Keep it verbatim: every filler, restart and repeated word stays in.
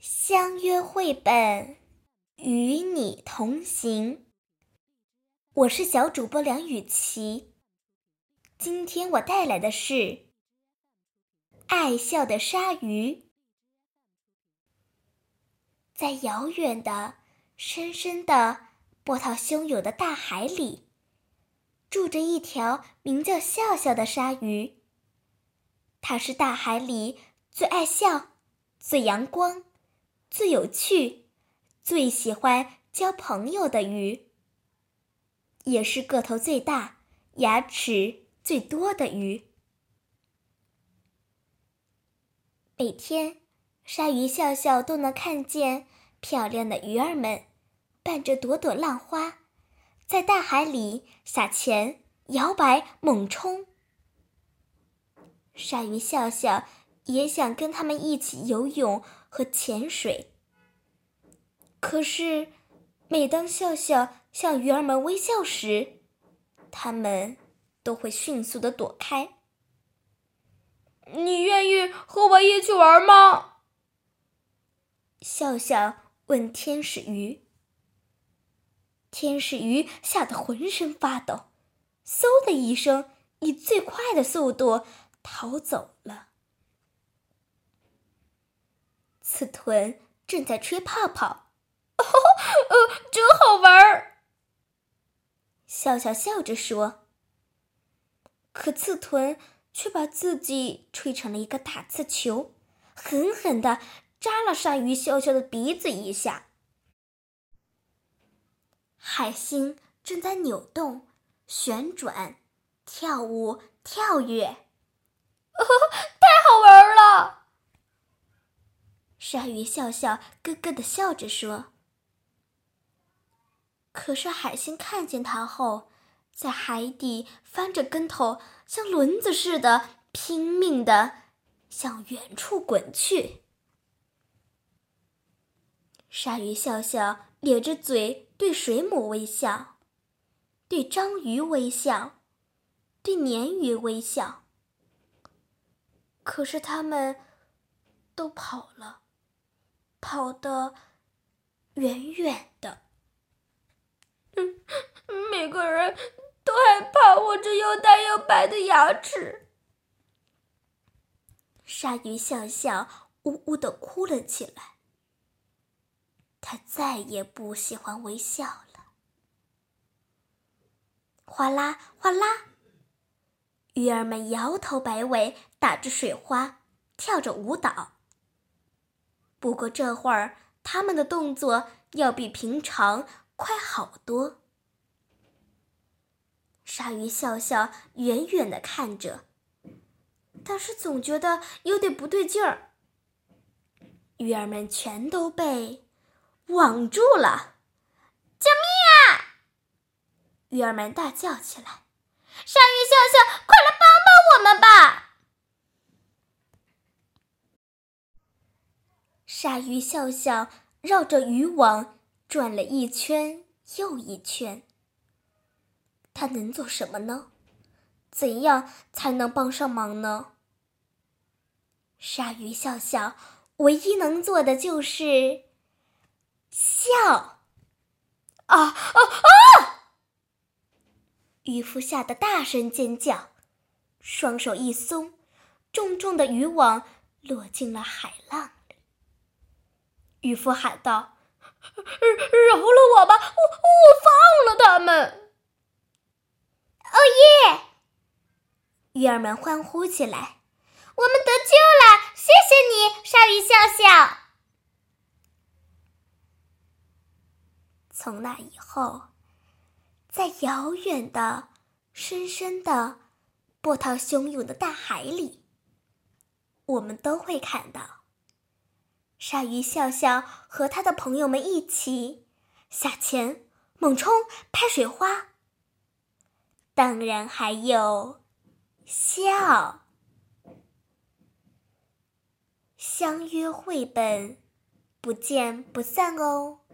相约绘本，与你同行。我是小主播梁雨琪，今天我带来的是爱笑的鲨鱼。在遥远的、深深的、波涛汹涌的大海里，住着一条名叫笑笑的鲨鱼。它是大海里最爱笑、最阳光、最有趣、最喜欢交朋友的鱼，也是个头最大、牙齿最多的鱼。每天，鲨鱼笑笑都能看见漂亮的鱼儿们伴着朵朵浪花，在大海里撒钱、摇摆、猛冲。鲨鱼笑笑也想跟他们一起游泳和潜水，可是每当笑笑向鱼儿们微笑时，它们都会迅速地躲开。 你愿意和我一起玩吗？ 笑笑问天使鱼。天使鱼吓得浑身发抖，嗖的一声，以最快的速度逃走了。刺豚正在吹泡泡， 哦，呃，真好玩儿。 笑笑笑着说。可刺豚却把自己吹成了一个大刺球，狠狠地扎了鲨鱼笑笑的鼻子一下。海星正在扭动、旋转、跳舞、跳跃， 哦，太好玩了！ 鲨鱼笑笑咯咯地笑着说。可是海星看见它后，在海底翻着跟头，像轮子似的拼命地向远处滚去。鲨鱼笑笑咧着嘴对水母微笑，对章鱼微笑，对鲶鱼微笑。可是它们都跑了，跑得远远的。 嗯，每个人都害怕我这又大又白的牙齿。 鲨鱼笑笑呜呜地哭了起来。他再也不喜欢微笑了。哗啦哗啦，鱼儿们摇头摆尾，打着水花，跳着舞蹈。不过这会儿，他们的动作要比平常快好多。鲨鱼笑笑远远地看着，但是总觉得有点不对劲儿。鱼儿们全都被网住了！ 救命啊！ 鱼儿们大叫起来。 鲨鱼笑笑，快来帮帮我们吧！ 鲨鱼笑笑绕着渔网转了一圈又一圈。他能做什么呢？怎样才能帮上忙呢？鲨鱼笑笑唯一能做的就是笑。 啊啊啊！ 渔夫吓得大声尖叫，双手一松，重重的渔网落进了海浪里。渔夫喊道：“ 饶了我吧，我我放了他们！” 哦耶！鱼儿们欢呼起来：“ 我们得救了！谢谢你，鲨鱼笑笑！” 从那以后，在遥远的、深深的、波涛汹涌的大海里，我们都会看到鲨鱼笑笑和他的朋友们一起下潜、猛冲、拍水花，当然还有笑。相约绘本，不见不散哦。